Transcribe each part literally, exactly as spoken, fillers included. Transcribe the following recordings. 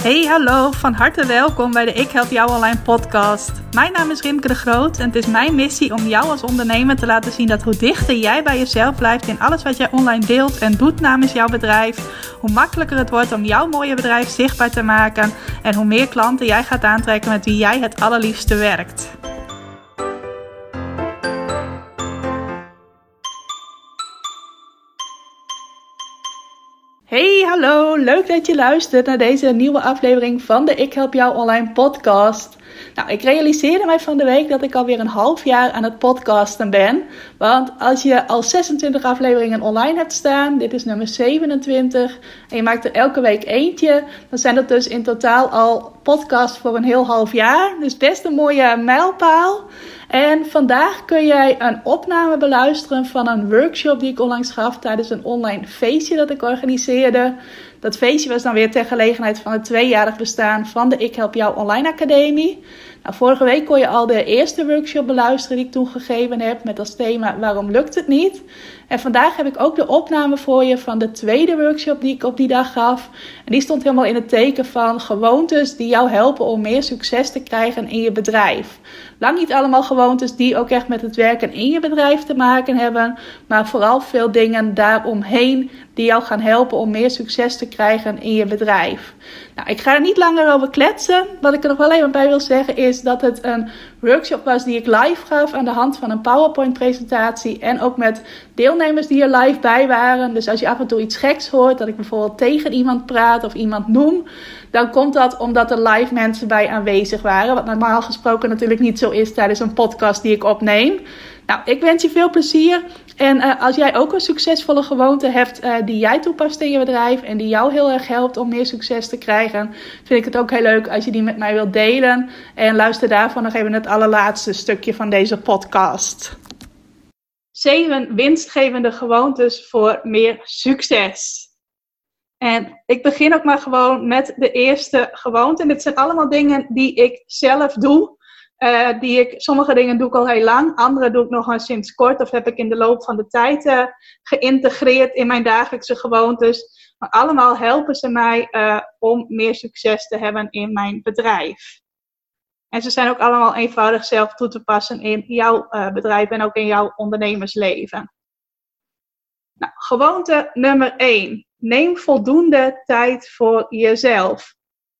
Hey, hallo, van harte welkom bij de Ik Help Jou Online podcast. Mijn naam is Rimke de Groot en het is mijn missie om jou als ondernemer te laten zien dat hoe dichter jij bij jezelf blijft in alles wat jij online deelt en doet namens jouw bedrijf, hoe makkelijker het wordt om jouw mooie bedrijf zichtbaar te maken en hoe meer klanten jij gaat aantrekken met wie jij het allerliefste werkt. Hey, hallo, leuk dat je luistert naar deze nieuwe aflevering van de Ik Help Jou Online podcast. Nou, ik realiseerde mij van de week dat ik alweer een half jaar aan het podcasten ben. Want als je al zesentwintig afleveringen online hebt staan, dit is nummer zevenentwintig, en je maakt er elke week eentje, dan zijn dat dus in totaal al podcasts voor een heel half jaar. Dus best een mooie mijlpaal. En vandaag kun jij een opname beluisteren van een workshop die ik onlangs gaf tijdens een online feestje dat ik organiseerde. Dat feestje was dan weer ter gelegenheid van het tweejarig bestaan van de Ik Help Jou Online Academie. Nou, vorige week kon je al de eerste workshop beluisteren die ik toen gegeven heb met als thema waarom lukt het niet. En vandaag heb ik ook de opname voor je van de tweede workshop die ik op die dag gaf. En die stond helemaal in het teken van gewoontes die jou helpen om meer succes te krijgen in je bedrijf. Lang niet allemaal gewoontes die ook echt met het werken in je bedrijf te maken hebben, maar vooral veel dingen daaromheen die jou gaan helpen om meer succes te krijgen in je bedrijf. Nou, ik ga er niet langer over kletsen. Wat ik er nog wel even bij wil zeggen is dat het een workshop was die ik live gaf aan de hand van een PowerPoint presentatie en ook met deelnemers die er live bij waren. Dus als je af en toe iets geks hoort, dat ik bijvoorbeeld tegen iemand praat of iemand noem, dan komt dat omdat er live mensen bij aanwezig waren. Wat normaal gesproken natuurlijk niet zo is tijdens een podcast die ik opneem. Nou, ik wens je veel plezier. En uh, als jij ook een succesvolle gewoonte hebt uh, die jij toepast in je bedrijf en die jou heel erg helpt om meer succes te krijgen, vind ik het ook heel leuk als je die met mij wilt delen. En luister daarvan nog even het allerlaatste stukje van deze podcast. Zeven winstgevende gewoontes voor meer succes. En ik begin ook maar gewoon met de eerste gewoonte. En dit zijn allemaal dingen die ik zelf doe. Uh, die ik, sommige dingen doe ik al heel lang, andere doe ik nog maar sinds kort of heb ik in de loop van de tijd uh, geïntegreerd in mijn dagelijkse gewoontes. Maar allemaal helpen ze mij uh, om meer succes te hebben in mijn bedrijf. En ze zijn ook allemaal eenvoudig zelf toe te passen in jouw uh, bedrijf en ook in jouw ondernemersleven. Nou, gewoonte nummer één. Neem voldoende tijd voor jezelf.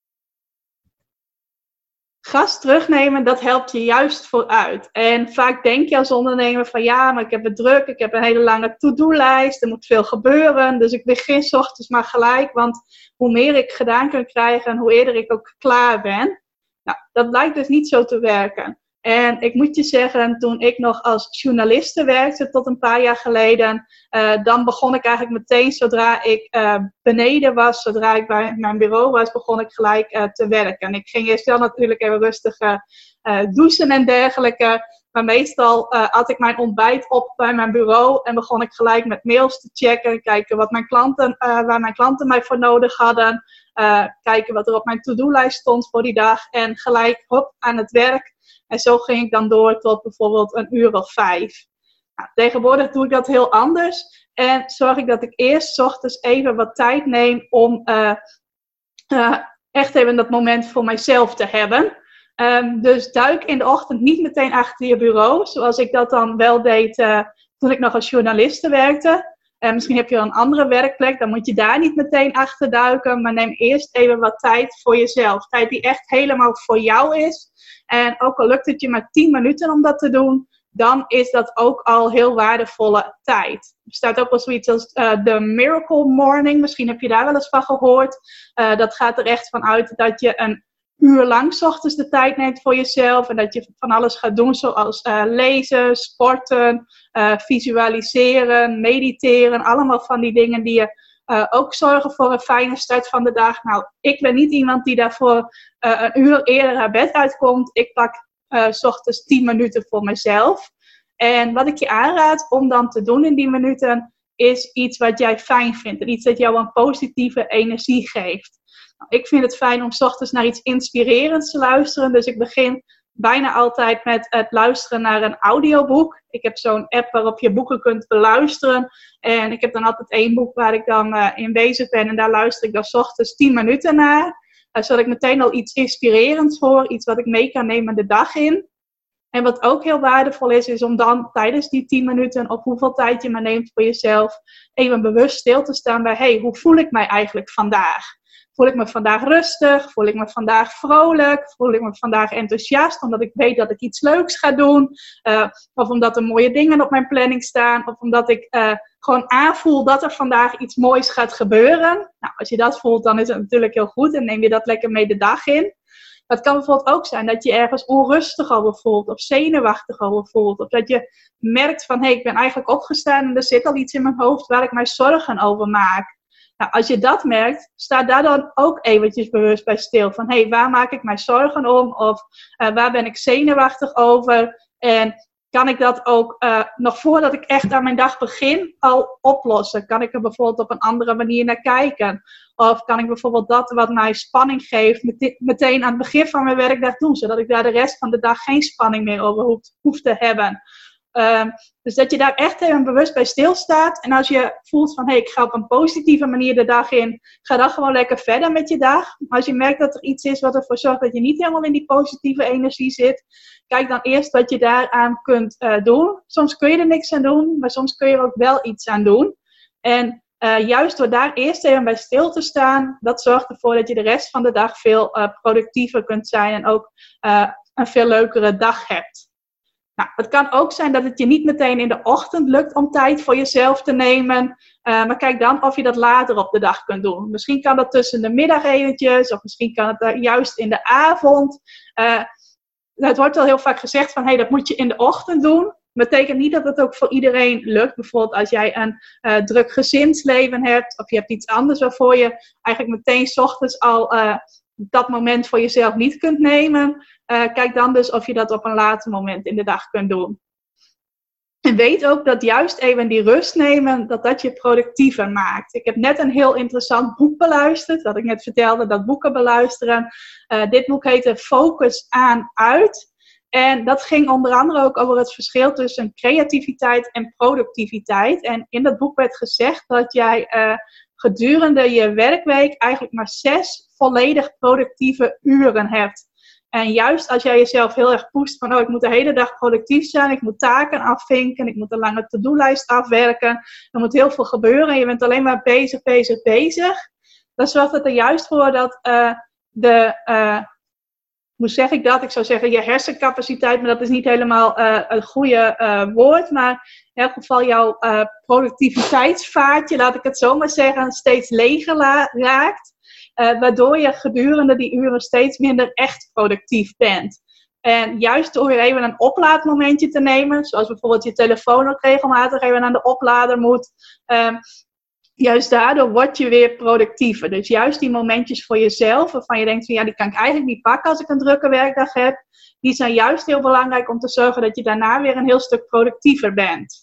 Gas terugnemen, dat helpt je juist vooruit. En vaak denk je als ondernemer van ja, maar ik heb het druk, ik heb een hele lange to-do-lijst, er moet veel gebeuren, dus ik begin 's ochtends maar gelijk, want hoe meer ik gedaan kan krijgen, hoe eerder ik ook klaar ben. Nou, dat lijkt dus niet zo te werken. En ik moet je zeggen, toen ik nog als journaliste werkte tot een paar jaar geleden, uh, dan begon ik eigenlijk meteen, zodra ik uh, beneden was, zodra ik bij mijn bureau was, begon ik gelijk uh, te werken. Ik ging eerst wel natuurlijk even rustig uh, uh, douchen en dergelijke, maar meestal uh, had ik mijn ontbijt op bij mijn bureau en begon ik gelijk met mails te checken, kijken wat mijn klanten, uh, waar mijn klanten mij voor nodig hadden, uh, kijken wat er op mijn to-do-lijst stond voor die dag en gelijk hop, aan het werk. En zo ging ik dan door tot bijvoorbeeld een uur of vijf. Nou, tegenwoordig doe ik dat heel anders. En zorg ik dat ik eerst 's ochtends even wat tijd neem om uh, uh, echt even dat moment voor mijzelf te hebben. Um, dus duik in de ochtend niet meteen achter je bureau. Zoals ik dat dan wel deed uh, toen ik nog als journaliste werkte. Uh, misschien heb je een andere werkplek. Dan moet je daar niet meteen achter duiken. Maar neem eerst even wat tijd voor jezelf. Tijd die echt helemaal voor jou is. En ook al lukt het je maar tien minuten om dat te doen, dan is dat ook al heel waardevolle tijd. Er staat ook wel zoiets als uh, de Miracle Morning. Misschien heb je daar wel eens van gehoord. Uh, dat gaat er echt van uit dat je een uur lang 's ochtends de tijd neemt voor jezelf. En dat je van alles gaat doen zoals uh, lezen, sporten, uh, visualiseren, mediteren. Allemaal van die dingen die je Uh, ook zorgen voor een fijne start van de dag. Nou, ik ben niet iemand die daarvoor uh, een uur eerder haar bed uitkomt. Ik pak uh, 's ochtends tien minuten voor mezelf. En wat ik je aanraad om dan te doen in die minuten, is iets wat jij fijn vindt. En iets dat jou een positieve energie geeft. Nou, ik vind het fijn om 's ochtends naar iets inspirerends te luisteren. Dus ik begin bijna altijd met het luisteren naar een audioboek. Ik heb zo'n app waarop je boeken kunt beluisteren. En ik heb dan altijd één boek waar ik dan uh, in bezig ben. En daar luister ik dan 's ochtends tien minuten naar. Uh, zodat ik meteen al iets inspirerends hoor. Iets wat ik mee kan nemen de dag in. En wat ook heel waardevol is, is om dan tijdens die tien minuten, of hoeveel tijd je maar neemt voor jezelf, even bewust stil te staan bij, hey, hoe voel ik mij eigenlijk vandaag? Voel ik me vandaag rustig? Voel ik me vandaag vrolijk? Voel ik me vandaag enthousiast omdat ik weet dat ik iets leuks ga doen? Uh, of omdat er mooie dingen op mijn planning staan? Of omdat ik uh, gewoon aanvoel dat er vandaag iets moois gaat gebeuren? Nou, als je dat voelt, dan is het natuurlijk heel goed en neem je dat lekker mee de dag in. Maar het kan bijvoorbeeld ook zijn dat je ergens onrustig over voelt of zenuwachtig over voelt. Of dat je merkt van, hé, hey, ik ben eigenlijk opgestaan en er zit al iets in mijn hoofd waar ik mij zorgen over maak. Nou, als je dat merkt, sta daar dan ook eventjes bewust bij stil. Van, hé, hey, waar maak ik mij zorgen om? Of uh, waar ben ik zenuwachtig over? En kan ik dat ook uh, nog voordat ik echt aan mijn dag begin al oplossen? Kan ik er bijvoorbeeld op een andere manier naar kijken? Of kan ik bijvoorbeeld dat wat mij spanning geeft met, meteen aan het begin van mijn werkdag doen? Zodat ik daar de rest van de dag geen spanning meer over hoef, hoef te hebben. Um, dus dat je daar echt even bewust bij stilstaat. En als je voelt van, hé, hey, ik ga op een positieve manier de dag in. Ga dan gewoon lekker verder met je dag. Maar als je merkt dat er iets is wat ervoor zorgt dat je niet helemaal in die positieve energie zit. Kijk dan eerst wat je daaraan kunt uh, doen. Soms kun je er niks aan doen, maar soms kun je er ook wel iets aan doen. En uh, juist door daar eerst even bij stil te staan, dat zorgt ervoor dat je de rest van de dag veel uh, productiever kunt zijn. En ook uh, een veel leukere dag hebt. Nou, het kan ook zijn dat het je niet meteen in de ochtend lukt om tijd voor jezelf te nemen. Uh, maar kijk dan of je dat later op de dag kunt doen. Misschien kan dat tussen de middag eventjes. Of misschien kan het uh, juist in de avond. Uh, het wordt wel heel vaak gezegd van, hey, dat moet je in de ochtend doen. Dat betekent niet dat het ook voor iedereen lukt. Bijvoorbeeld als jij een uh, druk gezinsleven hebt. Of je hebt iets anders waarvoor je eigenlijk meteen 's ochtends al uh, dat moment voor jezelf niet kunt nemen. Uh, kijk dan dus of je dat op een later moment in de dag kunt doen. En weet ook dat juist even die rust nemen, dat dat je productiever maakt. Ik heb net een heel interessant boek beluisterd. Wat ik net vertelde, dat boeken beluisteren. Uh, dit boek heette Focus aan uit. En dat ging onder andere ook over het verschil tussen creativiteit en productiviteit. En in dat boek werd gezegd dat jij uh, gedurende je werkweek eigenlijk maar zes volledig productieve uren hebt. En juist als jij jezelf heel erg pusht van, oh, ik moet de hele dag productief zijn, ik moet taken afvinken, ik moet een lange to-do-lijst afwerken, er moet heel veel gebeuren en je bent alleen maar bezig, bezig, bezig. Dan zorgt het er juist voor dat uh, de, uh, hoe zeg ik dat? Ik zou zeggen je hersencapaciteit, maar dat is niet helemaal uh, een goede uh, woord, maar in elk geval jouw uh, productiviteitsvaatje, laat ik het zo maar zeggen, steeds leger la- raakt. Uh, waardoor je gedurende die uren steeds minder echt productief bent. En juist door weer even een oplaadmomentje te nemen, zoals bijvoorbeeld je telefoon ook regelmatig even aan de oplader moet, um, juist daardoor word je weer productiever. Dus juist die momentjes voor jezelf, waarvan je denkt van ja, die kan ik eigenlijk niet pakken als ik een drukke werkdag heb, die zijn juist heel belangrijk om te zorgen dat je daarna weer een heel stuk productiever bent.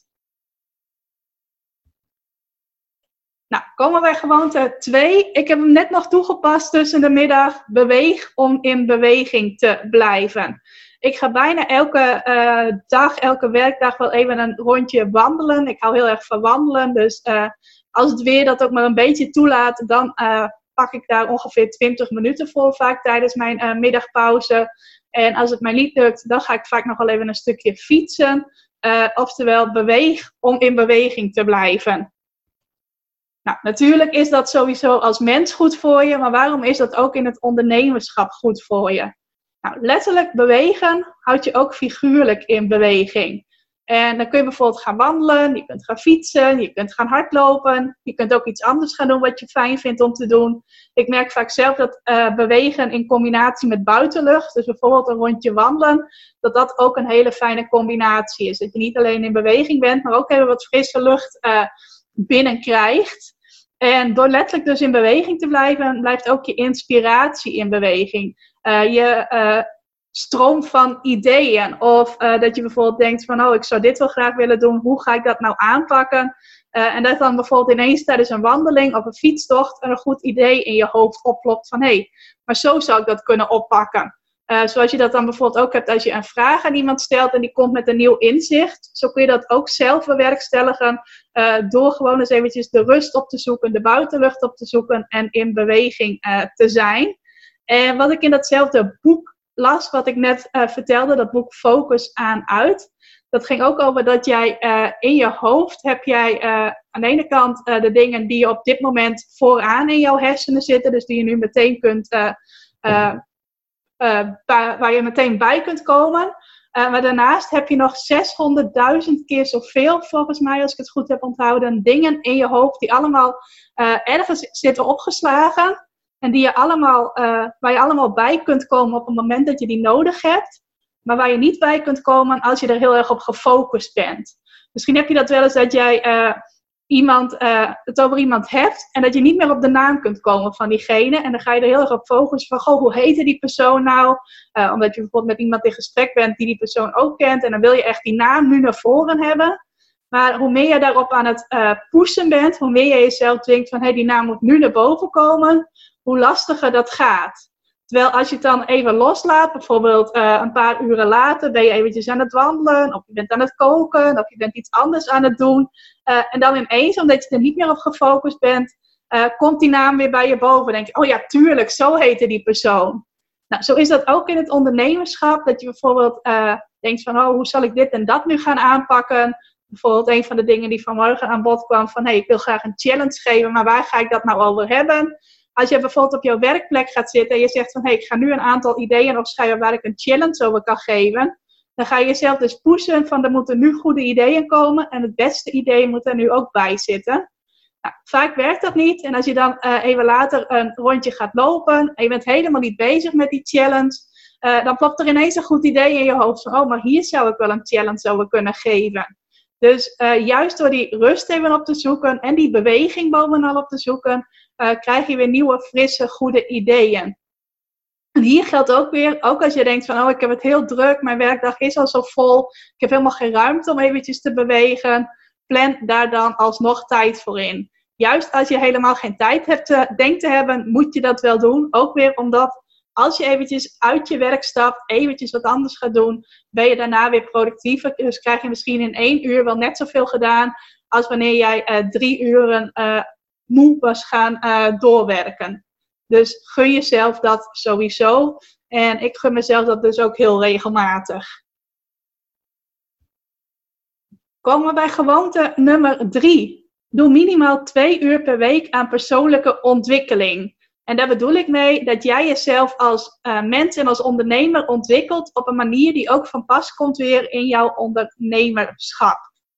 Nou, komen we bij gewoonte twee. Ik heb hem net nog toegepast tussen de middag. Beweeg om in beweging te blijven. Ik ga bijna elke uh, dag, elke werkdag wel even een rondje wandelen. Ik hou heel erg van wandelen. Dus uh, als het weer dat ook maar een beetje toelaat, dan uh, pak ik daar ongeveer twintig minuten voor vaak tijdens mijn uh, middagpauze. En als het mij niet lukt, dan ga ik vaak nog wel even een stukje fietsen. Uh, oftewel, beweeg om in beweging te blijven. Nou, natuurlijk is dat sowieso als mens goed voor je, maar waarom is dat ook in het ondernemerschap goed voor je? Nou, letterlijk bewegen houdt je ook figuurlijk in beweging. En dan kun je bijvoorbeeld gaan wandelen, je kunt gaan fietsen, je kunt gaan hardlopen. Je kunt ook iets anders gaan doen wat je fijn vindt om te doen. Ik merk vaak zelf dat uh, bewegen in combinatie met buitenlucht, dus bijvoorbeeld een rondje wandelen, dat dat ook een hele fijne combinatie is. Dat je niet alleen in beweging bent, maar ook even wat frisse lucht uh, binnenkrijgt. En door letterlijk dus in beweging te blijven, blijft ook je inspiratie in beweging. Uh, je uh, stroom van ideeën. Of uh, dat je bijvoorbeeld denkt van, oh, ik zou dit wel graag willen doen. Hoe ga ik dat nou aanpakken? Uh, en dat dan bijvoorbeeld ineens tijdens een wandeling of een fietstocht een goed idee in je hoofd oplopt van, hé, hey, maar zo zou ik dat kunnen oppakken. Uh, zoals je dat dan bijvoorbeeld ook hebt als je een vraag aan iemand stelt en die komt met een nieuw inzicht. Zo kun je dat ook zelf bewerkstelligen uh, door gewoon eens eventjes de rust op te zoeken, de buitenlucht op te zoeken en in beweging uh, te zijn. En wat ik in datzelfde boek las, wat ik net uh, vertelde, dat boek Focus aan uit. Dat ging ook over dat jij uh, in je hoofd heb jij uh, aan de ene kant uh, de dingen die op dit moment vooraan in jouw hersenen zitten. Dus die je nu meteen kunt, uh, uh, uh, ba- waar je meteen bij kunt komen. Uh, maar daarnaast heb je nog zeshonderdduizend keer zoveel, volgens mij, als ik het goed heb onthouden, dingen in je hoofd die allemaal uh, ergens zitten opgeslagen. En die je allemaal, uh, waar je allemaal bij kunt komen op het moment dat je die nodig hebt. Maar waar je niet bij kunt komen als je er heel erg op gefocust bent. Misschien heb je dat wel eens dat jij uh, iemand, uh, het over iemand hebt. En dat je niet meer op de naam kunt komen van diegene. En dan ga je er heel erg op focussen van, goh, hoe heette die persoon nou? Uh, omdat je bijvoorbeeld met iemand in gesprek bent die die persoon ook kent. En dan wil je echt die naam nu naar voren hebben. Maar hoe meer je daarop aan het uh, pushen bent. Hoe meer je jezelf denkt van, hé, hey, die naam moet nu naar boven komen. Hoe lastiger dat gaat. Terwijl als je het dan even loslaat, bijvoorbeeld uh, een paar uren later ben je eventjes aan het wandelen, of je bent aan het koken, of je bent iets anders aan het doen. Uh, en dan ineens, omdat je er niet meer op gefocust bent, uh, komt die naam weer bij je boven. Dan denk je, oh ja, tuurlijk, zo heette die persoon. Nou, zo is dat ook in het ondernemerschap, dat je bijvoorbeeld uh, denkt van, oh, hoe zal ik dit en dat nu gaan aanpakken? Bijvoorbeeld een van de dingen die vanmorgen aan bod kwam van, hé, hey, ik wil graag een challenge geven, maar waar ga ik dat nou over hebben? Als je bijvoorbeeld op jouw werkplek gaat zitten en je zegt van, hé, hey, ik ga nu een aantal ideeën opschrijven waar ik een challenge over kan geven. Dan ga je jezelf dus pushen van, er moeten nu goede ideeën komen en het beste idee moet er nu ook bij zitten. Nou, vaak werkt dat niet. En als je dan uh, even later een rondje gaat lopen en je bent helemaal niet bezig met die challenge, uh, dan plopt er ineens een goed idee in je hoofd van, oh, maar hier zou ik wel een challenge over kunnen geven. Dus uh, juist door die rust even op te zoeken en die beweging bovenal op te zoeken, uh, krijg je weer nieuwe, frisse, goede ideeën. En hier geldt ook weer, ook als je denkt van, oh, ik heb het heel druk, mijn werkdag is al zo vol, ik heb helemaal geen ruimte om eventjes te bewegen, plan daar dan alsnog tijd voor in. Juist als je helemaal geen tijd hebt, uh, denkt te hebben, moet je dat wel doen. Ook weer omdat als je eventjes uit je werk stapt, eventjes wat anders gaat doen, ben je daarna weer productiever. Dus krijg je misschien in één uur wel net zoveel gedaan als wanneer jij uh, drie uren uh, moe was gaan uh, doorwerken. Dus gun jezelf dat sowieso. En ik gun mezelf dat dus ook heel regelmatig. Komen we bij gewoonte nummer drie. Doe minimaal twee uur per week aan persoonlijke ontwikkeling. En daar bedoel ik mee dat jij jezelf als uh, mens en als ondernemer ontwikkelt op een manier die ook van pas komt weer in jouw ondernemerschap.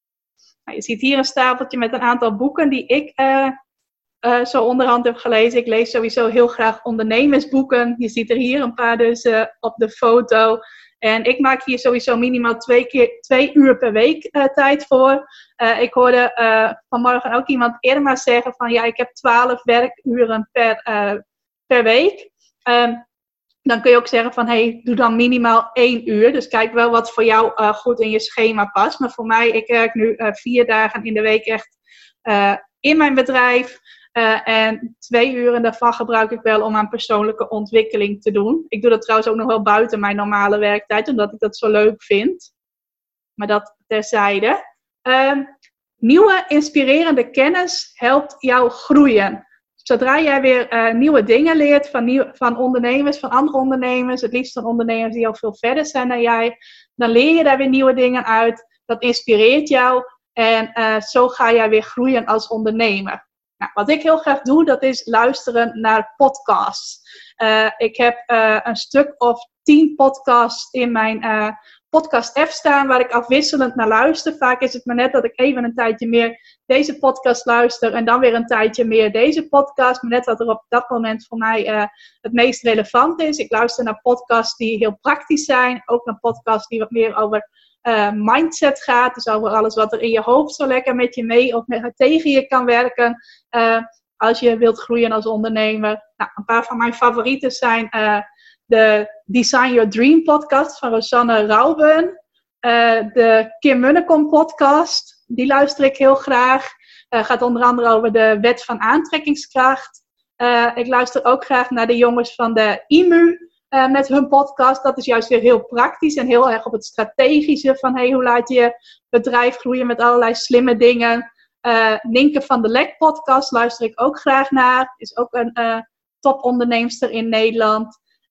Nou, je ziet hier een stapeltje met een aantal boeken die ik uh, uh, zo onderhand heb gelezen. Ik lees sowieso heel graag ondernemersboeken. Je ziet er hier een paar dus uh, op de foto. En ik maak hier sowieso minimaal twee, keer, twee uur per week uh, tijd voor. Uh, ik hoorde uh, vanmorgen ook iemand eerder maar zeggen van ja, ik heb twaalf werkuren per, uh, per week. Um, dan kun je ook zeggen van hey, doe dan minimaal één uur. Dus kijk wel wat voor jou uh, goed in je schema past. Maar voor mij, ik werk nu uh, vier dagen in de week echt uh, in mijn bedrijf. Uh, en twee uren daarvan gebruik ik wel om aan persoonlijke ontwikkeling te doen. Ik doe dat trouwens ook nog wel buiten mijn normale werktijd, omdat ik dat zo leuk vind. Maar dat terzijde. Uh, nieuwe, inspirerende kennis helpt jou groeien. Zodra jij weer uh, nieuwe dingen leert van, nieuw, van ondernemers, van andere ondernemers, het liefst van ondernemers die al veel verder zijn dan jij, dan leer je daar weer nieuwe dingen uit. Dat inspireert jou en uh, zo ga jij weer groeien als ondernemer. Nou, wat ik heel graag doe, dat is luisteren naar podcasts. Uh, ik heb uh, een stuk of tien podcasts in mijn uh, podcast-app staan waar ik afwisselend naar luister. Vaak is het maar net dat ik even een tijdje meer deze podcast luister en dan weer een tijdje meer deze podcast. Maar net wat er op dat moment voor mij uh, het meest relevant is. Ik luister naar podcasts die heel praktisch zijn. Ook naar podcasts die wat meer over uh, mindset gaat. Dus over alles wat er in je hoofd zo lekker met je mee of met, tegen je kan werken. Uh, als je wilt groeien als ondernemer. Nou, een paar van mijn favorieten zijn uh, de Design Your Dream podcast van Rosanne Rauben. Uh, de Kim Munnekom podcast. Die luister ik heel graag. Uh, gaat onder andere over de wet van aantrekkingskracht. Uh, ik luister ook graag naar de jongens van de I M U uh, met hun podcast. Dat is juist weer heel praktisch en heel erg op het strategische. Van hey, hoe laat je je bedrijf groeien met allerlei slimme dingen. Uh, Ninke van de Lek podcast luister ik ook graag naar. Is ook een uh, toponderneemster in Nederland.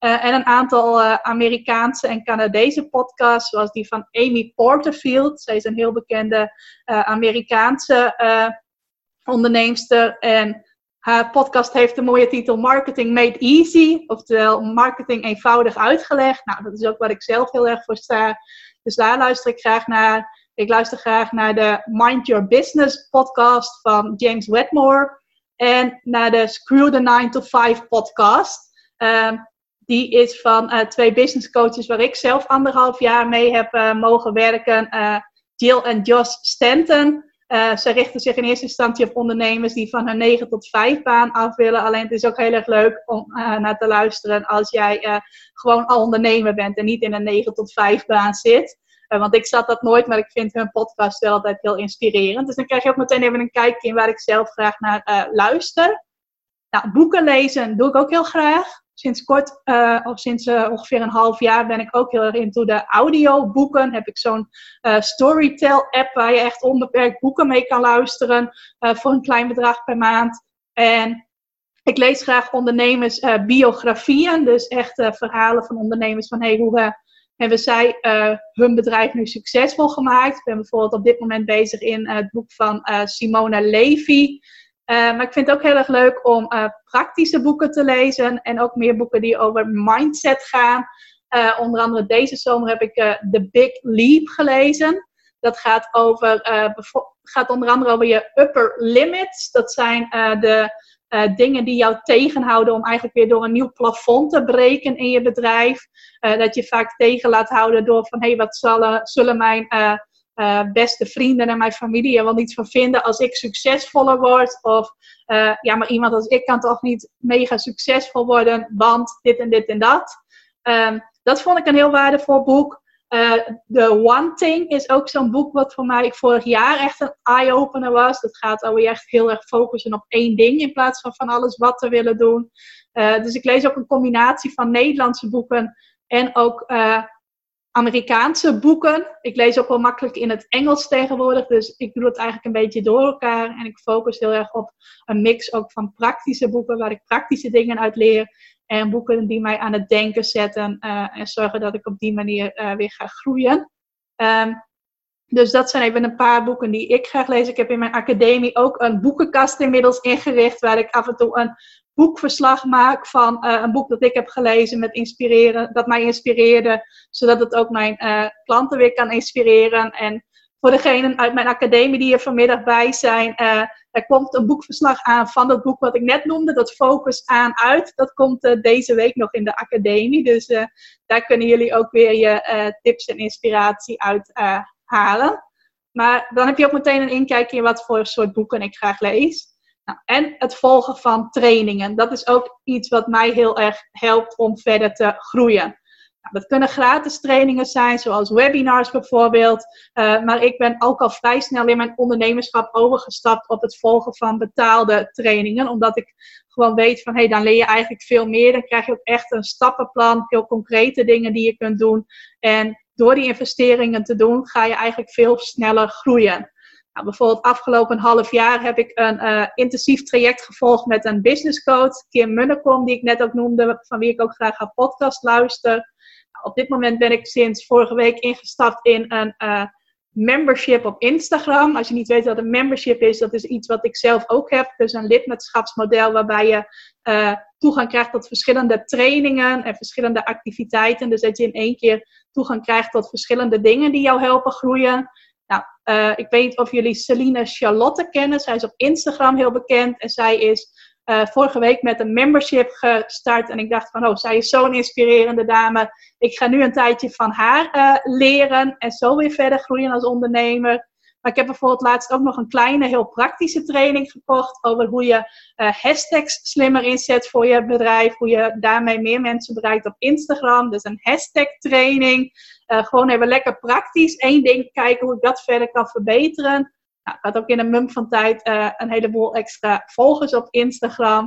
Uh, en een aantal uh, Amerikaanse en Canadese podcasts, zoals die van Amy Porterfield. Zij is een heel bekende uh, Amerikaanse uh, onderneemster. En haar podcast heeft de mooie titel Marketing Made Easy. Oftewel, marketing eenvoudig uitgelegd. Nou, dat is ook wat ik zelf heel erg voor sta. Dus daar luister ik graag naar. Ik luister graag naar de Mind Your Business podcast van James Wedmore. En naar de Screw the nine to five podcast. Uh, die is van uh, twee business coaches waar ik zelf anderhalf jaar mee heb uh, mogen werken. Uh, Jill en Josh Stanton. Uh, ze richten zich in eerste instantie op ondernemers die van hun negen tot vijf baan af willen. Alleen het is ook heel erg leuk om uh, naar te luisteren als jij uh, gewoon al ondernemer bent en niet in een negen tot vijf baan zit. Uh, want ik zat dat nooit, maar ik vind hun podcast wel altijd heel inspirerend. Dus dan krijg je ook meteen even een kijkje in waar ik zelf graag naar uh, luister. Nou, boeken lezen doe ik ook heel graag. Sinds kort, uh, of sinds uh, ongeveer een half jaar ben ik ook heel erg into de audioboeken. Heb ik zo'n uh, Storytel app waar je echt onbeperkt boeken mee kan luisteren. Uh, voor een klein bedrag per maand. En ik lees graag ondernemers uh, biografieën. Dus echt uh, verhalen van ondernemers van hey, hoe uh, hebben zij uh, hun bedrijf nu succesvol gemaakt. Ik ben bijvoorbeeld op dit moment bezig in uh, het boek van uh, Simona Levy. Uh, maar ik vind het ook heel erg leuk om uh, praktische boeken te lezen. En ook meer boeken die over mindset gaan. Uh, onder andere deze zomer heb ik uh, The Big Leap gelezen. Dat gaat, over, uh, bevo- gaat onder andere over je upper limits. Dat zijn uh, de uh, dingen die jou tegenhouden om eigenlijk weer door een nieuw plafond te breken in je bedrijf. Uh, dat je vaak tegen laat houden door van hé, hey, wat zullen, zullen mijn... Uh, Uh, beste vrienden en mijn familie er wel niet van vinden als ik succesvoller word. Of uh, ja, maar iemand als ik kan toch niet mega succesvol worden, want dit en dit en dat. Um, dat vond ik een heel waardevol boek. Uh, The One Thing is ook zo'n boek wat voor mij vorig jaar echt een eye-opener was. Dat gaat over je echt heel erg focussen op één ding in plaats van van alles wat te willen doen. Uh, dus ik lees ook een combinatie van Nederlandse boeken en ook... Uh, Amerikaanse boeken. Ik lees ook wel makkelijk in het Engels tegenwoordig. Dus ik doe het eigenlijk een beetje door elkaar. En ik focus heel erg op een mix ook van praktische boeken. Waar ik praktische dingen uit leer. En boeken die mij aan het denken zetten. Uh, en zorgen dat ik op die manier uh, weer ga groeien. Um, dus dat zijn even een paar boeken die ik graag lees. Ik heb in mijn academie ook een boekenkast inmiddels ingericht. Waar ik af en toe een boekverslag maak van uh, een boek dat ik heb gelezen met inspireren, dat mij inspireerde, zodat het ook mijn uh, klanten weer kan inspireren. En voor degenen uit mijn academie die er vanmiddag bij zijn, uh, er komt een boekverslag aan van dat boek wat ik net noemde, dat Focus aan uit. Dat komt uh, deze week nog in de academie, dus uh, daar kunnen jullie ook weer je uh, tips en inspiratie uit uh, halen. Maar dan heb je ook meteen een inkijkje in wat voor soort boeken ik graag lees. Nou, en het volgen van trainingen. Dat is ook iets wat mij heel erg helpt om verder te groeien. Nou, dat kunnen gratis trainingen zijn, zoals webinars bijvoorbeeld. Uh, maar ik ben ook al vrij snel in mijn ondernemerschap overgestapt op het volgen van betaalde trainingen. Omdat ik gewoon weet van, hé, hey, dan leer je eigenlijk veel meer. Dan krijg je ook echt een stappenplan, heel concrete dingen die je kunt doen. En door die investeringen te doen, ga je eigenlijk veel sneller groeien. Nou, bijvoorbeeld afgelopen half jaar heb ik een uh, intensief traject gevolgd met een business coach, Kim Munnekom, die ik net ook noemde, van wie ik ook graag haar podcast luister. Nou, op dit moment ben ik sinds vorige week ingestapt in een uh, membership op Instagram. Als je niet weet wat een membership is, dat is iets wat ik zelf ook heb. Dus een lidmaatschapsmodel waarbij je uh, toegang krijgt tot verschillende trainingen en verschillende activiteiten. Dus dat je in één keer toegang krijgt tot verschillende dingen die jou helpen groeien. Nou, uh, ik weet niet of jullie Celine Charlotte kennen. Zij is op Instagram heel bekend. En zij is uh, vorige week met een membership gestart. En ik dacht van, oh, zij is zo'n inspirerende dame. Ik ga nu een tijdje van haar uh, leren. En zo weer verder groeien als ondernemer. Maar ik heb bijvoorbeeld laatst ook nog een kleine, heel praktische training gekocht. Over hoe je uh, hashtags slimmer inzet voor je bedrijf. Hoe je daarmee meer mensen bereikt op Instagram. Dus een hashtag training. Uh, gewoon even lekker praktisch. Eén ding kijken hoe ik dat verder kan verbeteren. Nou, ik had ook in een mum van tijd uh, een heleboel extra volgers op Instagram.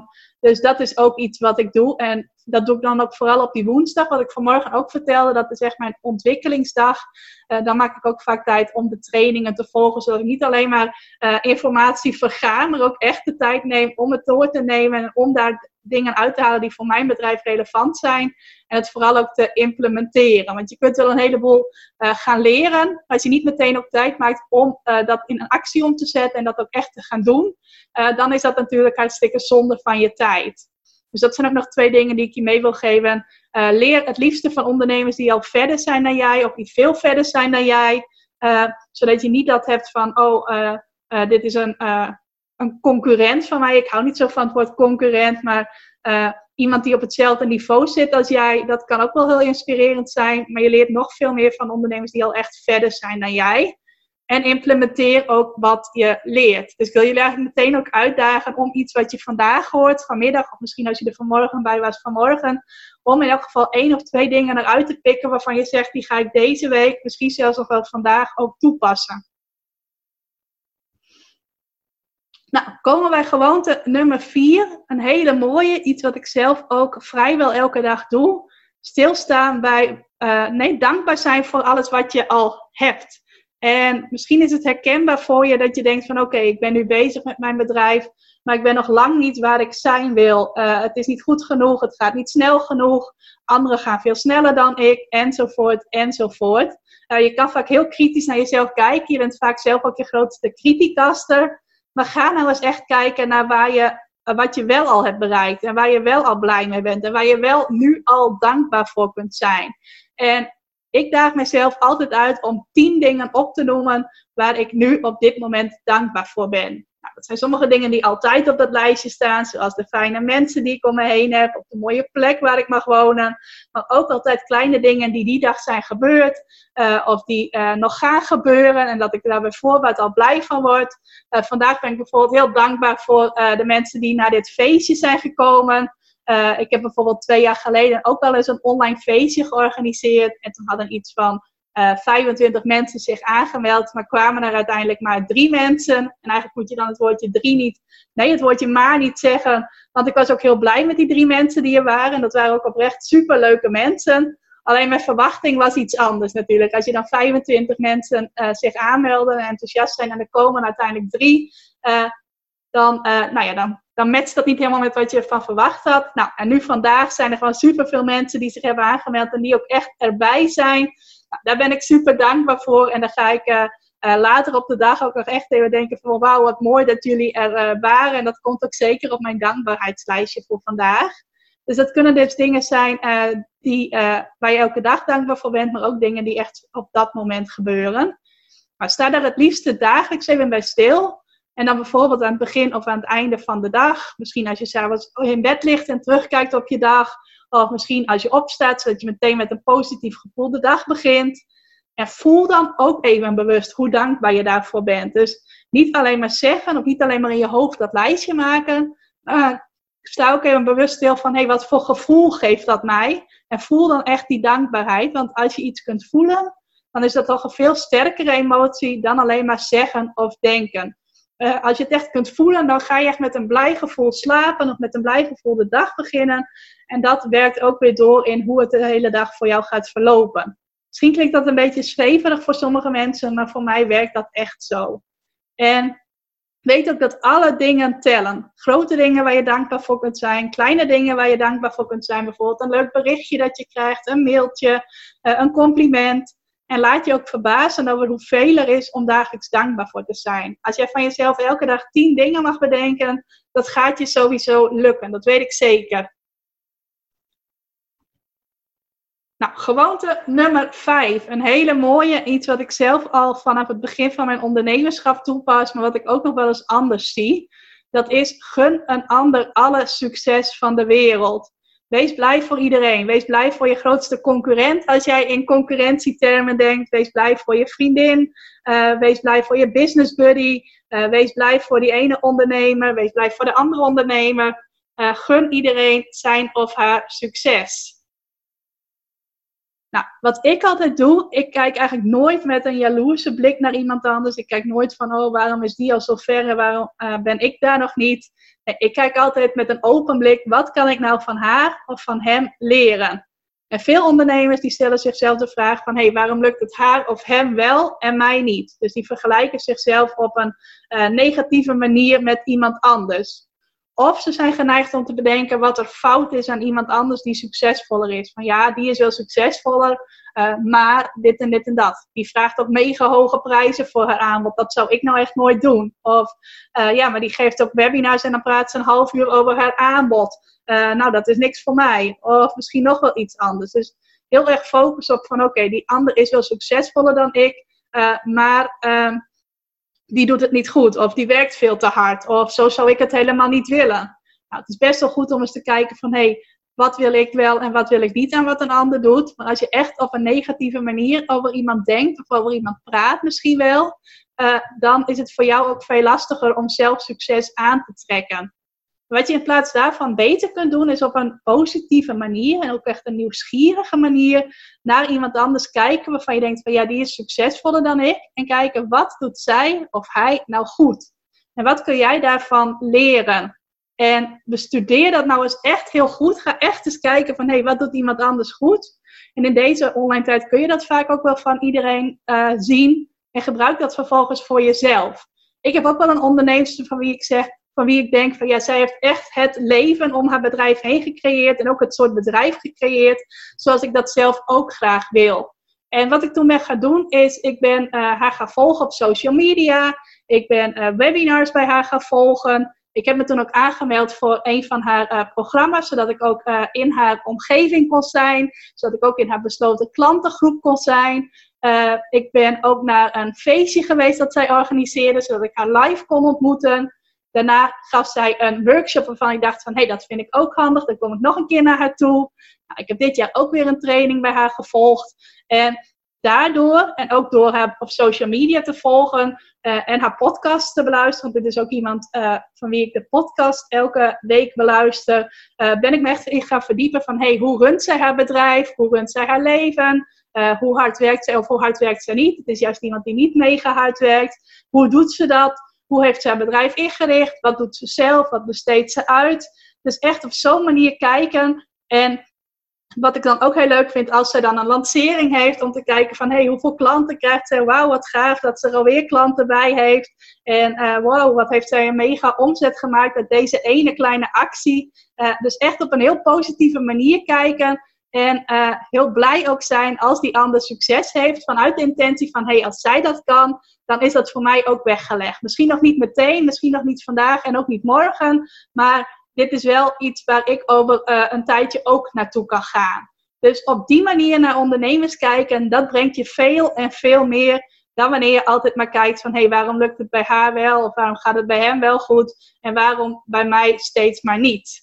Dus dat is ook iets wat ik doe. En dat doe ik dan ook vooral op die woensdag. Wat ik vanmorgen ook vertelde, dat is echt mijn ontwikkelingsdag. Uh, dan maak ik ook vaak tijd om de trainingen te volgen. Zodat ik niet alleen maar uh, informatie verga, maar ook echt de tijd neem om het door te nemen. En om daar dingen uit te halen die voor mijn bedrijf relevant zijn. En het vooral ook te implementeren. Want je kunt wel een heleboel uh, gaan leren. Als je niet meteen ook tijd maakt om uh, dat in een actie om te zetten. En dat ook echt te gaan doen. Uh, dan is dat natuurlijk hartstikke zonde van je tijd. Dus dat zijn ook nog twee dingen die ik je mee wil geven. Uh, leer het liefste van ondernemers die al verder zijn dan jij. Of die veel verder zijn dan jij. Uh, zodat je niet dat hebt van, oh, uh, uh, dit is een, uh, een concurrent van mij. Ik hou niet zo van het woord concurrent. Maar uh, iemand die op hetzelfde niveau zit als jij. Dat kan ook wel heel inspirerend zijn. Maar je leert nog veel meer van ondernemers die al echt verder zijn dan jij. En implementeer ook wat je leert. Dus ik wil jullie eigenlijk meteen ook uitdagen om iets wat je vandaag hoort, vanmiddag, of misschien als je er vanmorgen bij was, vanmorgen, om in elk geval één of twee dingen eruit te pikken waarvan je zegt, die ga ik deze week, misschien zelfs nog wel vandaag, ook toepassen. Nou, komen wij gewoonte nummer vier. Een hele mooie, iets wat ik zelf ook vrijwel elke dag doe. Stilstaan bij, uh, nee, dankbaar zijn voor alles wat je al hebt. En misschien is het herkenbaar voor je dat je denkt van oké, okay, ik ben nu bezig met mijn bedrijf, maar ik ben nog lang niet waar ik zijn wil. Uh, het is niet goed genoeg, het gaat niet snel genoeg, anderen gaan veel sneller dan ik, enzovoort, enzovoort. Uh, je kan vaak heel kritisch naar jezelf kijken, je bent vaak zelf ook je grootste criticaster, maar ga nou eens echt kijken naar waar je, uh, wat je wel al hebt bereikt en waar je wel al blij mee bent en waar je wel nu al dankbaar voor kunt zijn. En ik daag mezelf altijd uit om tien dingen op te noemen waar ik nu op dit moment dankbaar voor ben. Nou, dat zijn sommige dingen die altijd op dat lijstje staan, zoals de fijne mensen die ik om me heen heb, of de mooie plek waar ik mag wonen. Maar ook altijd kleine dingen die die dag zijn gebeurd, uh, of die uh, nog gaan gebeuren en dat ik daar bijvoorbeeld al blij van word. Uh, vandaag ben ik bijvoorbeeld heel dankbaar voor uh, de mensen die naar dit feestje zijn gekomen. Uh, ik heb bijvoorbeeld twee jaar geleden ook wel eens een online feestje georganiseerd. En toen hadden iets van uh, vijfentwintig mensen zich aangemeld. Maar kwamen er uiteindelijk maar drie mensen. En eigenlijk moet je dan het woordje drie niet... Nee, het woordje maar niet zeggen. Want ik was ook heel blij met die drie mensen die er waren. En dat waren ook oprecht superleuke mensen. Alleen mijn verwachting was iets anders natuurlijk. Als je dan vijfentwintig mensen uh, zich aanmelden en enthousiast zijn en er komen uiteindelijk drie... Uh, dan, uh, nou ja, dan, dan matcht dat niet helemaal met wat je ervan verwacht had. Nou, en nu vandaag zijn er gewoon superveel mensen die zich hebben aangemeld en die ook echt erbij zijn. Nou, daar ben ik super dankbaar voor. En dan ga ik uh, uh, later op de dag ook nog echt even denken van wauw, wat mooi dat jullie er uh, waren. En dat komt ook zeker op mijn dankbaarheidslijstje voor vandaag. Dus dat kunnen dus dingen zijn uh, die, uh, waar je elke dag dankbaar voor bent, maar ook dingen die echt op dat moment gebeuren. Maar sta daar het liefste dagelijks even bij stil. En dan bijvoorbeeld aan het begin of aan het einde van de dag. Misschien als je 's avonds in bed ligt en terugkijkt op je dag. Of misschien als je opstaat, zodat je meteen met een positief gevoel de dag begint. En voel dan ook even bewust hoe dankbaar je daarvoor bent. Dus niet alleen maar zeggen of niet alleen maar in je hoofd dat lijstje maken. Maar sta ook even bewust stil van, hé, hey, wat voor gevoel geeft dat mij? En voel dan echt die dankbaarheid. Want als je iets kunt voelen, dan is dat toch een veel sterkere emotie dan alleen maar zeggen of denken. Uh, als je het echt kunt voelen, dan ga je echt met een blij gevoel slapen of met een blij gevoel de dag beginnen. En dat werkt ook weer door in hoe het de hele dag voor jou gaat verlopen. Misschien klinkt dat een beetje zweverig voor sommige mensen, maar voor mij werkt dat echt zo. En weet ook dat alle dingen tellen. Grote dingen waar je dankbaar voor kunt zijn, kleine dingen waar je dankbaar voor kunt zijn. Bijvoorbeeld een leuk berichtje dat je krijgt, een mailtje, uh, een compliment. En laat je ook verbazen over hoeveel er is om dagelijks dankbaar voor te zijn. Als jij van jezelf elke dag tien dingen mag bedenken, dat gaat je sowieso lukken. Dat weet ik zeker. Nou, gewoonte nummer vijf. Een hele mooie, iets wat ik zelf al vanaf het begin van mijn ondernemerschap toepas, maar wat ik ook nog wel eens anders zie. Dat is, gun een ander alle succes van de wereld. Wees blij voor iedereen. Wees blij voor je grootste concurrent. Als jij in concurrentietermen denkt. Wees blij voor je vriendin. Uh, wees blij voor je business buddy. Uh, wees blij voor die ene ondernemer. Wees blij voor de andere ondernemer. Uh, gun iedereen zijn of haar succes. Nou, wat ik altijd doe, ik kijk eigenlijk nooit met een jaloerse blik naar iemand anders. Ik kijk nooit van, oh, waarom is die al zo ver en waarom uh, ben ik daar nog niet? Nee, ik kijk altijd met een open blik, wat kan ik nou van haar of van hem leren? En veel ondernemers die stellen zichzelf de vraag van, hey, waarom lukt het haar of hem wel en mij niet? Dus die vergelijken zichzelf op een uh, negatieve manier met iemand anders. Of ze zijn geneigd om te bedenken wat er fout is aan iemand anders die succesvoller is. Van ja, die is wel succesvoller, uh, maar dit en dit en dat. Die vraagt ook mega hoge prijzen voor haar aanbod. Dat zou ik nou echt nooit doen. Of uh, ja, maar die geeft ook webinars en dan praat ze een half uur over haar aanbod. Uh, nou, dat is niks voor mij. Of misschien nog wel iets anders. Dus heel erg focus op van oké, okay, die ander is wel succesvoller dan ik, uh, maar... Uh, die doet het niet goed, of die werkt veel te hard, of zo zou ik het helemaal niet willen. Nou, het is best wel goed om eens te kijken van, hé, hey, wat wil ik wel en wat wil ik niet aan wat een ander doet. Maar als je echt op een negatieve manier over iemand denkt, of over iemand praat misschien wel, uh, dan is het voor jou ook veel lastiger om zelf succes aan te trekken. Wat je in plaats daarvan beter kunt doen, is op een positieve manier en ook echt een nieuwsgierige manier naar iemand anders kijken waarvan je denkt van ja, die is succesvoller dan ik. En kijken, wat doet zij of hij nou goed? En wat kun jij daarvan leren? En bestudeer dat nou eens echt heel goed. Ga echt eens kijken van hé, hey, wat doet iemand anders goed? En in deze online tijd kun je dat vaak ook wel van iedereen uh, zien. En gebruik dat vervolgens voor jezelf. Ik heb ook wel een onderneemster van wie ik zeg, van wie ik denk van ja, zij heeft echt het leven om haar bedrijf heen gecreëerd. En ook het soort bedrijf gecreëerd zoals ik dat zelf ook graag wil. En wat ik toen ben gaan doen is, ik ben uh, haar gaan volgen op social media. Ik ben uh, webinars bij haar gaan volgen. Ik heb me toen ook aangemeld voor een van haar uh, programma's. Zodat ik ook uh, in haar omgeving kon zijn. Zodat ik ook in haar besloten klantengroep kon zijn. Uh, ik ben ook naar een feestje geweest dat zij organiseerde. Zodat ik haar live kon ontmoeten. Daarna gaf zij een workshop waarvan ik dacht van, hé, hey, dat vind ik ook handig. Dan kom ik nog een keer naar haar toe. Nou, ik heb dit jaar ook weer een training bij haar gevolgd. En daardoor, en ook door haar op social media te volgen uh, en haar podcast te beluisteren, want dit is ook iemand uh, van wie ik de podcast elke week beluister, uh, ben ik me echt in gaan verdiepen van, hé, hey, hoe runt zij haar bedrijf? Hoe runt zij haar leven? Uh, hoe hard werkt zij of hoe hard werkt zij niet? Het is juist iemand die niet mega hard werkt. Hoe doet ze dat? Hoe heeft ze haar bedrijf ingericht? Wat doet ze zelf? Wat besteedt ze uit? Dus echt op zo'n manier kijken. En wat ik dan ook heel leuk vind, als zij dan een lancering heeft, om te kijken van, hé, hey, hoeveel klanten krijgt zij? Wauw, wat gaaf dat ze er alweer klanten bij heeft. En uh, wow, wat heeft zij een mega omzet gemaakt uit deze ene kleine actie. Uh, dus echt op een heel positieve manier kijken. En uh, heel blij ook zijn als die ander succes heeft. Vanuit de intentie van, hé, hey, als zij dat kan, dan is dat voor mij ook weggelegd. Misschien nog niet meteen, misschien nog niet vandaag en ook niet morgen. Maar dit is wel iets waar ik over uh, een tijdje ook naartoe kan gaan. Dus op die manier naar ondernemers kijken, dat brengt je veel en veel meer dan wanneer je altijd maar kijkt van, hé, hey, waarom lukt het bij haar wel? Of waarom gaat het bij hem wel goed? En waarom bij mij steeds maar niet?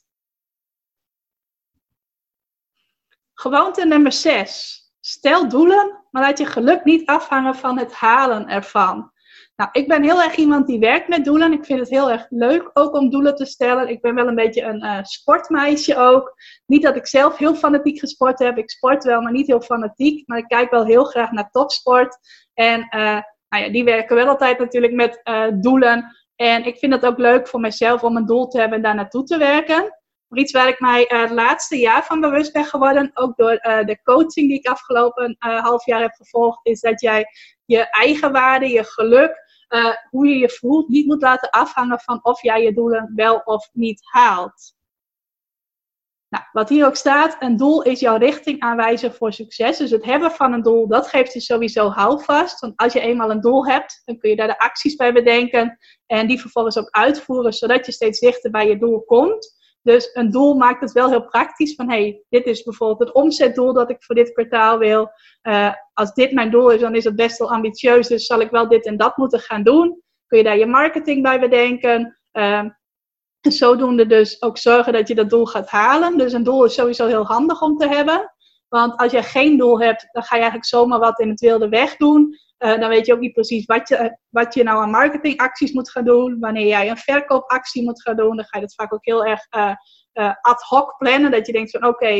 Gewoonte nummer zes. Stel doelen, maar laat je geluk niet afhangen van het halen ervan. Nou, ik ben heel erg iemand die werkt met doelen. Ik vind het heel erg leuk ook om doelen te stellen. Ik ben wel een beetje een uh, sportmeisje ook. Niet dat ik zelf heel fanatiek gesport heb. Ik sport wel, maar niet heel fanatiek. Maar ik kijk wel heel graag naar topsport. En uh, nou ja, die werken wel altijd natuurlijk met uh, doelen. En ik vind het ook leuk voor mezelf om een doel te hebben en daar naartoe te werken. Maar iets waar ik mij uh, het laatste jaar van bewust ben geworden, ook door uh, de coaching die ik afgelopen uh, half jaar heb gevolgd, is dat jij je eigen waarde, je geluk, uh, hoe je je voelt, niet moet laten afhangen van of jij je doelen wel of niet haalt. Nou, wat hier ook staat, een doel is jouw richting aanwijzen voor succes. Dus het hebben van een doel, dat geeft je sowieso houvast. Want als je eenmaal een doel hebt, dan kun je daar de acties bij bedenken en die vervolgens ook uitvoeren, zodat je steeds dichter bij je doel komt. Dus een doel maakt het wel heel praktisch van, hey, dit is bijvoorbeeld het omzetdoel dat ik voor dit kwartaal wil. Uh, als dit mijn doel is, dan is het best wel ambitieus, dus zal ik wel dit en dat moeten gaan doen. Kun je daar je marketing bij bedenken. Uh, en zodoende dus ook zorgen dat je dat doel gaat halen. Dus een doel is sowieso heel handig om te hebben. Want als je geen doel hebt, dan ga je eigenlijk zomaar wat in het wilde weg doen. Uh, dan weet je ook niet precies wat je, wat je nou aan marketingacties moet gaan doen. Wanneer jij een verkoopactie moet gaan doen, dan ga je dat vaak ook heel erg uh, uh, ad hoc plannen. Dat je denkt van oké, okay,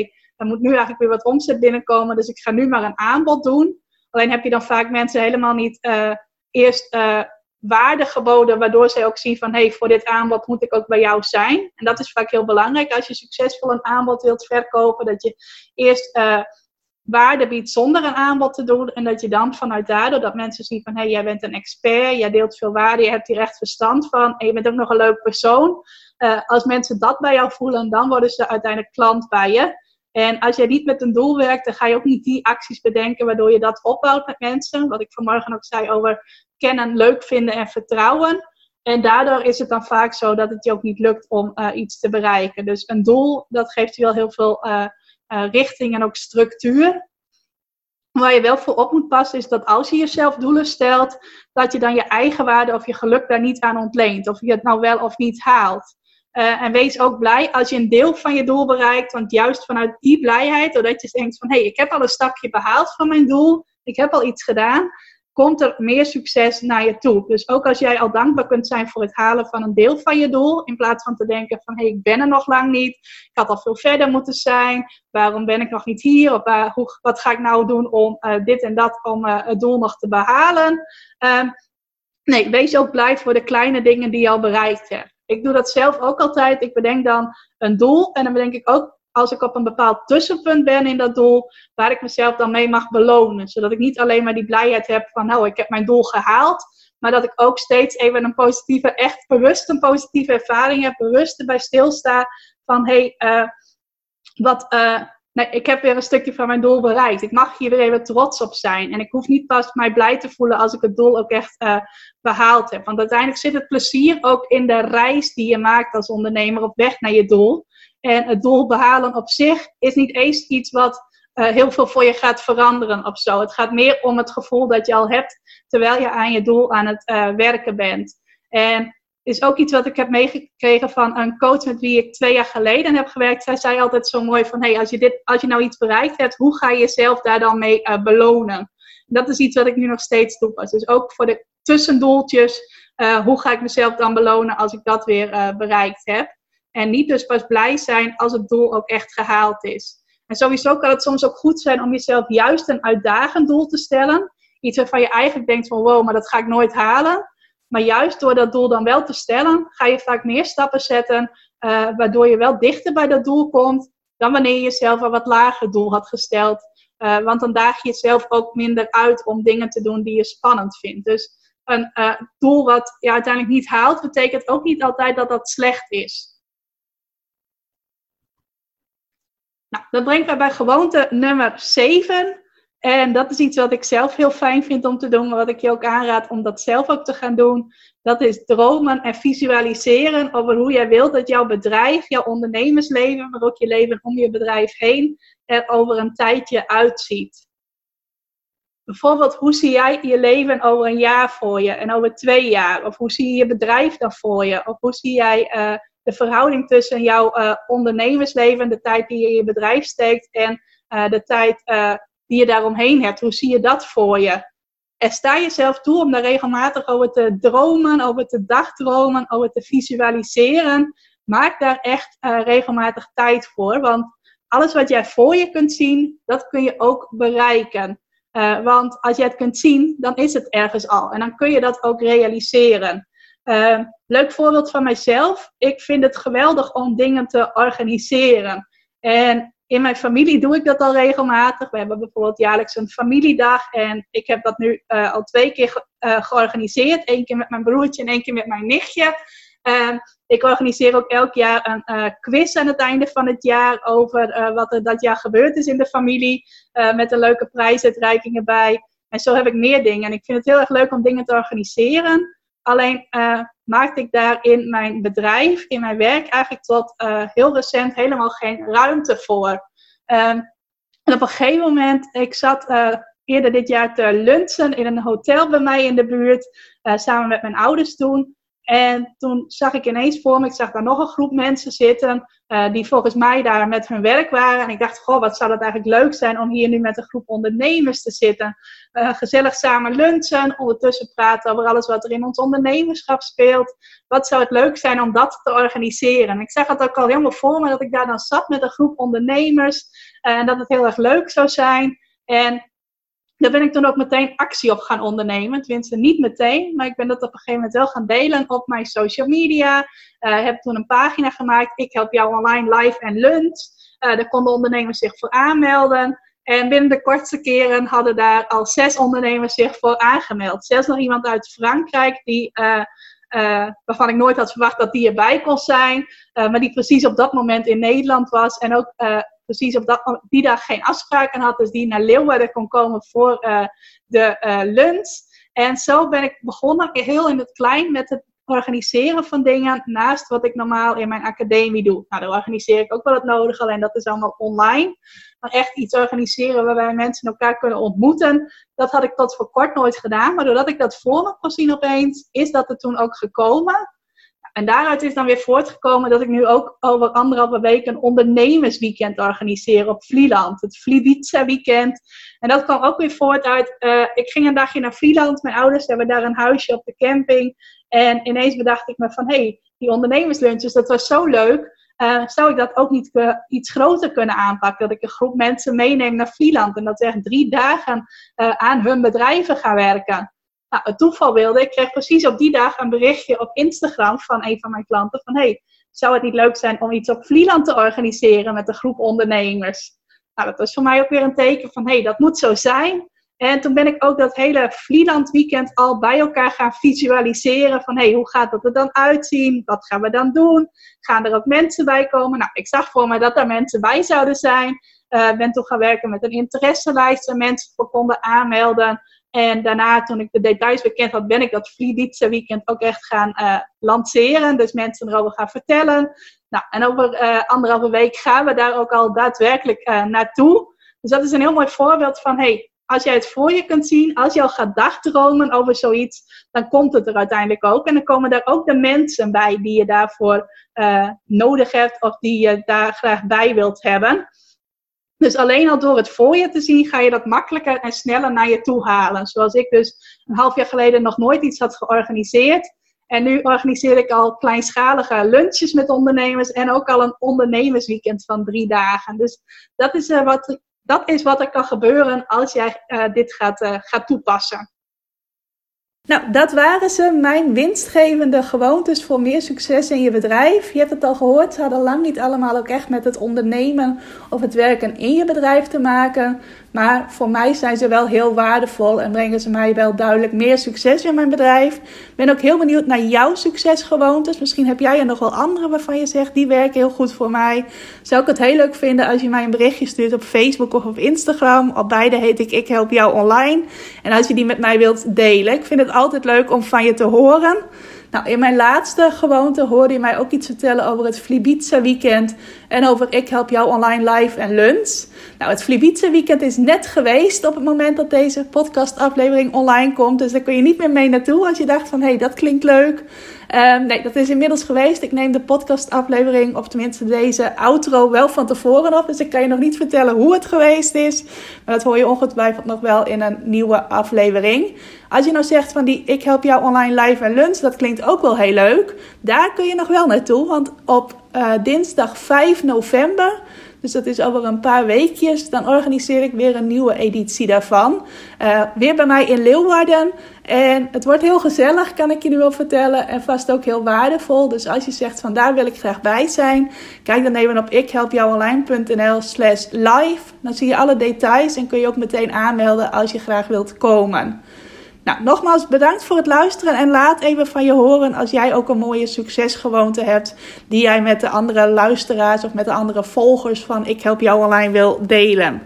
er moet nu eigenlijk weer wat omzet binnenkomen, dus ik ga nu maar een aanbod doen. Alleen heb je dan vaak mensen helemaal niet uh, eerst uh, waarde geboden, waardoor zij ook zien van, hé, hey, voor dit aanbod moet ik ook bij jou zijn. En dat is vaak heel belangrijk als je succesvol een aanbod wilt verkopen, dat je eerst uh, waarde biedt zonder een aanbod te doen. En dat je dan vanuit daardoor dat mensen zien van, hé, hey, jij bent een expert, jij deelt veel waarde, je hebt hier echt verstand van en je bent ook nog een leuk persoon. Uh, als mensen dat bij jou voelen, dan worden ze uiteindelijk klant bij je. En als jij niet met een doel werkt, dan ga je ook niet die acties bedenken waardoor je dat opbouwt met mensen. Wat ik vanmorgen ook zei over kennen, leuk vinden en vertrouwen. En daardoor is het dan vaak zo dat het je ook niet lukt om uh, iets te bereiken. Dus een doel, dat geeft je wel heel veel uh, uh, richting en ook structuur. Waar je wel voor op moet passen is dat als je jezelf doelen stelt, dat je dan je eigen waarde of je geluk daar niet aan ontleent. Of je het nou wel of niet haalt. Uh, en wees ook blij als je een deel van je doel bereikt. Want juist vanuit die blijheid, doordat je denkt van, hé, hey, ik heb al een stapje behaald van mijn doel. Ik heb al iets gedaan. Komt er meer succes naar je toe. Dus ook als jij al dankbaar kunt zijn voor het halen van een deel van je doel. In plaats van te denken van, hé, hey, ik ben er nog lang niet. Ik had al veel verder moeten zijn. Waarom ben ik nog niet hier? Of uh, hoe, wat ga ik nou doen om uh, dit en dat, om uh, het doel nog te behalen? Um, nee, wees ook blij voor de kleine dingen die je al bereikt hebt. Ik doe dat zelf ook altijd. Ik bedenk dan een doel. En dan bedenk ik ook, als ik op een bepaald tussenpunt ben in dat doel, waar ik mezelf dan mee mag belonen. Zodat ik niet alleen maar die blijheid heb van, nou, ik heb mijn doel gehaald. Maar dat ik ook steeds even een positieve, echt bewust een positieve ervaring heb. Bewust erbij stilsta van, hé, hey, uh, wat... Uh, Nee, ik heb weer een stukje van mijn doel bereikt. Ik mag hier weer even trots op zijn. En ik hoef niet pas mij blij te voelen als ik het doel ook echt uh, behaald heb. Want uiteindelijk zit het plezier ook in de reis die je maakt als ondernemer op weg naar je doel. En het doel behalen op zich is niet eens iets wat uh, heel veel voor je gaat veranderen of zo. Het gaat meer om het gevoel dat je al hebt terwijl je aan je doel aan het uh, werken bent. En is ook iets wat ik heb meegekregen van een coach met wie ik twee jaar geleden heb gewerkt. Zij zei altijd zo mooi van, hey, als je dit, als je nou iets bereikt hebt, hoe ga je jezelf daar dan mee uh, belonen? En dat is iets wat ik nu nog steeds toepas. Dus ook voor de tussendoeltjes, uh, hoe ga ik mezelf dan belonen als ik dat weer uh, bereikt heb? En niet dus pas blij zijn als het doel ook echt gehaald is. En sowieso kan het soms ook goed zijn om jezelf juist een uitdagend doel te stellen. Iets waarvan je eigenlijk denkt van, wow, maar dat ga ik nooit halen. Maar juist door dat doel dan wel te stellen, ga je vaak meer stappen zetten, uh, waardoor je wel dichter bij dat doel komt, dan wanneer je jezelf een wat lager doel had gesteld. Uh, want dan daag je jezelf ook minder uit om dingen te doen die je spannend vindt. Dus een uh, doel wat je uiteindelijk niet haalt, betekent ook niet altijd dat dat slecht is. Nou, dat brengt mij bij gewoonte nummer zeven. En dat is iets wat ik zelf heel fijn vind om te doen, maar wat ik je ook aanraad om dat zelf ook te gaan doen. Dat is dromen en visualiseren over hoe jij wilt dat jouw bedrijf, jouw ondernemersleven, maar ook je leven om je bedrijf heen, er over een tijdje uitziet. Bijvoorbeeld, hoe zie jij je leven over een jaar voor je en over twee jaar? Of hoe zie je je bedrijf dan voor je? Of hoe zie jij uh, de verhouding tussen jouw uh, ondernemersleven, de tijd die je in je bedrijf steekt en uh, de tijd uh, die je daaromheen hebt? Hoe zie je dat voor je? En sta jezelf toe om daar regelmatig over te dromen, over te dagdromen, over te visualiseren. Maak daar echt uh, regelmatig tijd voor. Want alles wat jij voor je kunt zien, dat kun je ook bereiken. Uh, want als je het kunt zien, dan is het ergens al. En dan kun je dat ook realiseren. Uh, leuk voorbeeld van mijzelf. Ik vind het geweldig om dingen te organiseren. En in mijn familie doe ik dat al regelmatig. We hebben bijvoorbeeld jaarlijks een familiedag. En ik heb dat nu uh, al twee keer ge- uh, georganiseerd. Eén keer met mijn broertje en één keer met mijn nichtje. Uh, ik organiseer ook elk jaar een uh, quiz aan het einde van het jaar. Over uh, wat er dat jaar gebeurd is in de familie. Uh, met een leuke prijsuitreiking erbij. En zo heb ik meer dingen. En ik vind het heel erg leuk om dingen te organiseren. Alleen uh, maakte ik daar in mijn bedrijf, in mijn werk eigenlijk tot uh, heel recent helemaal geen ruimte voor. Um, en op een gegeven moment, ik zat uh, eerder dit jaar te lunchen in een hotel bij mij in de buurt, uh, samen met mijn ouders toen. En toen zag ik ineens voor me, ik zag daar nog een groep mensen zitten, uh, die volgens mij daar met hun werk waren. En ik dacht, goh, wat zou dat eigenlijk leuk zijn om hier nu met een groep ondernemers te zitten. Uh, gezellig samen lunchen, ondertussen praten over alles wat er in ons ondernemerschap speelt. Wat zou het leuk zijn om dat te organiseren. En ik zag het ook al helemaal voor me, dat ik daar dan zat met een groep ondernemers. Uh, en dat het heel erg leuk zou zijn. En daar ben ik toen ook meteen actie op gaan ondernemen. Tenminste, niet meteen, maar ik ben dat op een gegeven moment wel gaan delen op mijn social media. Uh, heb toen een pagina gemaakt. Ik help jou online live en lunch. Uh, daar konden ondernemers zich voor aanmelden. En binnen de kortste keren hadden daar al zes ondernemers zich voor aangemeld. Zelfs nog iemand uit Frankrijk, die, uh, uh, waarvan ik nooit had verwacht dat die erbij kon zijn. Uh, maar die precies op dat moment in Nederland was. En ook uh, precies op dat, die dag geen afspraken had. Dus die naar Leeuwarden kon komen voor uh, de uh, lunch. En zo ben ik begonnen, heel in het klein, met het organiseren van dingen naast wat ik normaal in mijn academie doe. Nou, daar organiseer ik ook wel het nodige, alleen dat is allemaal online. Maar echt iets organiseren waarbij mensen elkaar kunnen ontmoeten, dat had ik tot voor kort nooit gedaan. Maar doordat ik dat voor me kon zien opeens, is dat er toen ook gekomen. En daaruit is dan weer voortgekomen dat ik nu ook over anderhalve week een ondernemersweekend organiseer op Vlieland. Het Vliedica weekend. En dat kwam ook weer voort uit, uh, ik ging een dagje naar Vlieland. Mijn ouders hebben daar een huisje op de camping. En ineens bedacht ik me van, hé, hey, die ondernemerslunches, dat was zo leuk. Uh, zou ik dat ook niet uh, iets groter kunnen aanpakken? Dat ik een groep mensen meeneem naar Vlieland. En dat ze echt drie dagen uh, aan hun bedrijven gaan werken. Nou, het toeval wilde, ik kreeg precies op die dag een berichtje op Instagram van een van mijn klanten. Van, hé, hey, zou het niet leuk zijn om iets op Vlieland te organiseren met een groep ondernemers? Nou, dat was voor mij ook weer een teken van, hé, hey, dat moet zo zijn. En toen ben ik ook dat hele Vlieland weekend al bij elkaar gaan visualiseren. Van, hé, hey, hoe gaat dat er dan uitzien? Wat gaan we dan doen? Gaan er ook mensen bij komen? Nou, ik zag voor me dat er mensen bij zouden zijn. Ik uh, ben toen gaan werken met een interesselijst waar mensen voor konden aanmelden. En daarna, toen ik de details bekend had, ben ik dat Vliedica weekend ook echt gaan uh, lanceren. Dus mensen erover gaan vertellen. Nou, en over uh, anderhalve week gaan we daar ook al daadwerkelijk uh, naartoe. Dus dat is een heel mooi voorbeeld van, hey, als jij het voor je kunt zien, als je al gaat dagdromen over zoiets, dan komt het er uiteindelijk ook. En dan komen daar ook de mensen bij die je daarvoor uh, nodig hebt of die je daar graag bij wilt hebben. Dus alleen al door het voor je te zien, ga je dat makkelijker en sneller naar je toe halen. Zoals ik dus een half jaar geleden nog nooit iets had georganiseerd. En nu organiseer ik al kleinschalige lunches met ondernemers en ook al een ondernemersweekend van drie dagen. Dus dat is, uh, wat, dat is wat er kan gebeuren als jij uh, dit gaat, uh, gaat toepassen. Nou, dat waren ze, mijn winstgevende gewoontes voor meer succes in je bedrijf. Je hebt het al gehoord, ze hadden lang niet allemaal ook echt met het ondernemen of het werken in je bedrijf te maken. Maar voor mij zijn ze wel heel waardevol en brengen ze mij wel duidelijk meer succes in mijn bedrijf. Ik ben ook heel benieuwd naar jouw succesgewoontes. Misschien heb jij er nog wel andere waarvan je zegt, die werken heel goed voor mij. Zou ik het heel leuk vinden als je mij een berichtje stuurt op Facebook of op Instagram. Op beide heet ik Ik Help Jou Online. En als je die met mij wilt delen. Ik vind het altijd leuk om van je te horen. Nou, in mijn laatste gewoonte hoorde je mij ook iets vertellen over het Vliedica weekend en over Ik Help Jou Online live en lunch. Nou, het Vliedica weekend is net geweest op het moment dat deze podcastaflevering online komt. Dus daar kun je niet meer mee naartoe als je dacht van, hé, hey, dat klinkt leuk. Um, nee, dat is inmiddels geweest. Ik neem de podcastaflevering, of tenminste deze outro, wel van tevoren op. Dus ik kan je nog niet vertellen hoe het geweest is. Maar dat hoor je ongetwijfeld nog wel in een nieuwe aflevering. Als je nou zegt van die Ik Help Jou Online live en lunch, dat klinkt ook wel heel leuk. Daar kun je nog wel naartoe, want op uh, dinsdag vijf november... Dus dat is over een paar weekjes. Dan organiseer ik weer een nieuwe editie daarvan. Uh, weer bij mij in Leeuwarden. En het wordt heel gezellig, kan ik je nu wel vertellen. En vast ook heel waardevol. Dus als je zegt van daar wil ik graag bij zijn. Kijk dan even op ikhelpjouonline.nl slash live. Dan zie je alle details en kun je ook meteen aanmelden als je graag wilt komen. Nou, nogmaals bedankt voor het luisteren en laat even van je horen als jij ook een mooie succesgewoonte hebt die jij met de andere luisteraars of met de andere volgers van Ik Help Jou Online wil delen.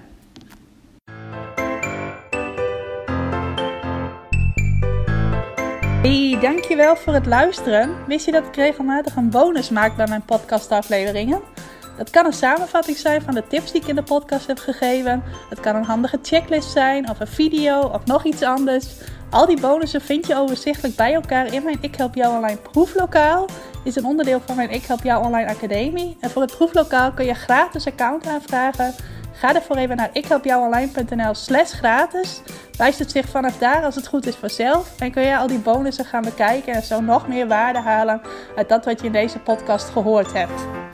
Hey, dankjewel voor het luisteren. Wist je dat ik regelmatig een bonus maak bij mijn podcastafleveringen? Dat kan een samenvatting zijn van de tips die ik in de podcast heb gegeven. Het kan een handige checklist zijn of een video of nog iets anders. Al die bonussen vind je overzichtelijk bij elkaar in mijn Ik Help Jou Online proeflokaal. Is een onderdeel van mijn Ik Help Jou Online Academie. En voor het proeflokaal kun je gratis account aanvragen. Ga daarvoor even naar ikhelpjouonline.nl slash gratis. Wijst het zich vanaf daar als het goed is vanzelf. En kun je al die bonussen gaan bekijken en zo nog meer waarde halen uit dat wat je in deze podcast gehoord hebt.